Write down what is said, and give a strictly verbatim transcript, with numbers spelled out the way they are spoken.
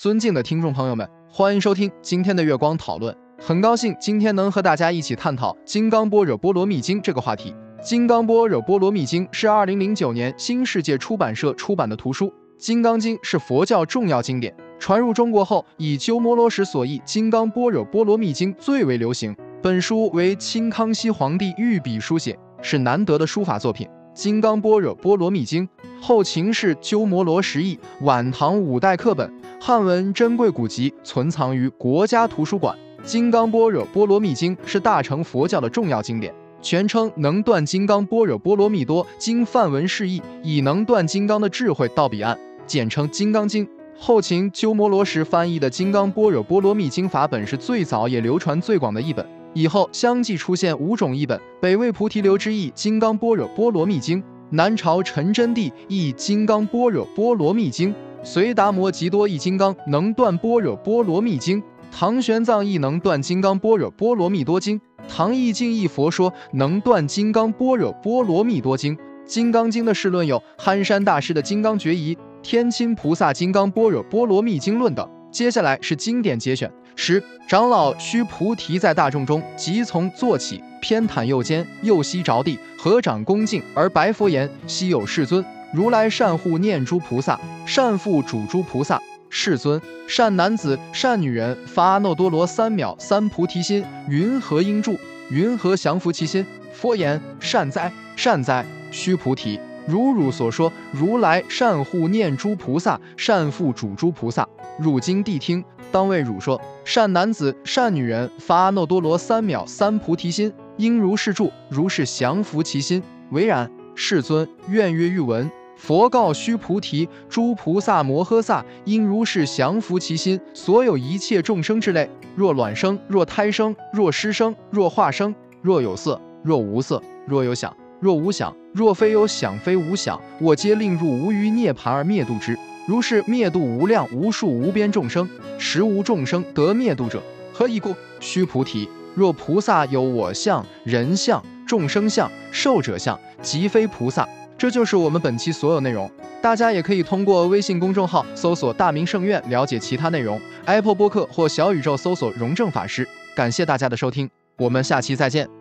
尊敬的听众朋友们，欢迎收听今天的月光讨论。很高兴今天能和大家一起探讨《金刚般若波罗蜜经》这个话题。《金刚般若波罗蜜经》是二零零九年新世界出版社出版的图书，《金刚经》是佛教重要经典，传入中国后，以鸠摩罗什所译《金刚般若波罗蜜经》最为流行。本书为清康熙皇帝御笔书写，是难得的书法作品。《金刚般若波罗蜜经》后秦氏鸠摩罗什译，晚唐五代刻本，汉文珍贵古籍存藏于国家图书馆。《金刚般若波罗蜜经》是大乘佛教的重要经典，全称能断金刚般若波罗蜜多经梵文释义，以能断金刚的智慧到彼岸，简称《金刚经》。后秦鸠摩罗什翻译的《金刚般若波罗蜜经》法本是最早也流传最广的译本。以后相继出现五种译本：北魏菩提流之译《金刚般若波罗蜜经》，南朝陈真谛译《金刚般若波罗蜜经》，隋达摩笈多译《金刚能断般若波罗蜜经》，唐玄奘译《能断金刚般若波罗蜜多经》，唐译净译佛说《能断金刚般若波罗蜜多经》。《金刚经》的释论有憨山大师的《金刚决疑》、天亲菩萨《金刚般若波罗蜜经论》等。接下来是经典节选。十、长老须菩提在大众中即从坐起，偏袒右肩，右膝着地，合掌恭敬而白佛言：昔有世尊，如来善护念诸菩萨，善护主诸菩萨。世尊，善男子善女人发阿耨多罗三藐三菩提心，云何应住？云何降伏其心？佛言：善哉，善哉，须菩提，如汝所说，如来善护念诸菩萨，善护主诸菩萨。汝今谛听，当为汝说。善男子善女人发阿耨多罗三藐三菩提心，应如是住，如是降伏其心。唯然。世尊，愿曰欲闻。佛告须菩提：诸菩萨摩诃萨应如是降伏其心。所有一切众生之类，若卵生，若胎生，若湿生，若化生，若有色，若无色，若有想，若无想，若非有想非无想，我皆令入无余涅盘而灭度之。如是灭度无量无数无边众生，实无众生得灭度者。何以故？须菩提，若菩萨有我相、人相、众生相、寿者相，即非菩萨。这就是我们本期所有内容。大家也可以通过微信公众号搜索大明圣院了解其他内容， Apple 播客或小宇宙搜索荣正法师。感谢大家的收听，我们下期再见。